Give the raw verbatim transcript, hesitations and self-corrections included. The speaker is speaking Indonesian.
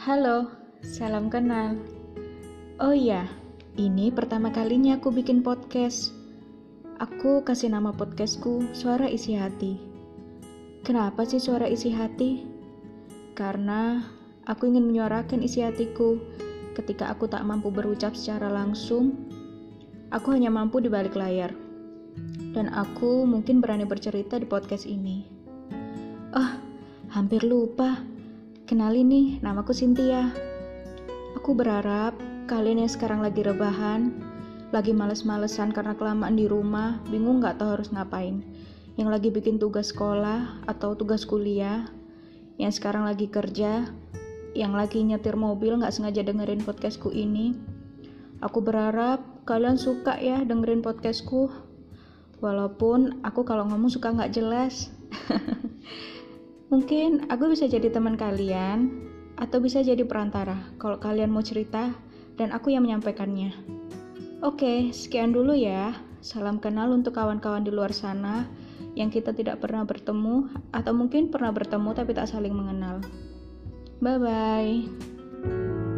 Halo, salam kenal. Oh iya, ini pertama kalinya aku bikin podcast. Aku kasih nama podcastku Suara Isi Hati. Kenapa sih Suara Isi Hati? Karena aku ingin menyuarakan isi hatiku ketika aku tak mampu berucap secara langsung. Aku hanya mampu di balik layar. Dan aku mungkin berani bercerita di podcast ini. Oh, hampir lupa. Kenalin nih, namaku Cynthia. Aku berharap kalian yang sekarang lagi rebahan, lagi males-malesan karena kelamaan di rumah, bingung gak tahu harus ngapain, yang lagi bikin tugas sekolah atau tugas kuliah, yang sekarang lagi kerja, yang lagi nyetir mobil gak sengaja dengerin podcastku ini. Aku berharap kalian suka ya dengerin podcastku, walaupun aku kalau ngomong suka gak jelas. Mungkin aku bisa jadi teman kalian, atau bisa jadi perantara kalau kalian mau cerita dan aku yang menyampaikannya. Oke, sekian dulu ya. Salam kenal untuk kawan-kawan di luar sana yang kita tidak pernah bertemu, atau mungkin pernah bertemu tapi tak saling mengenal. Bye-bye.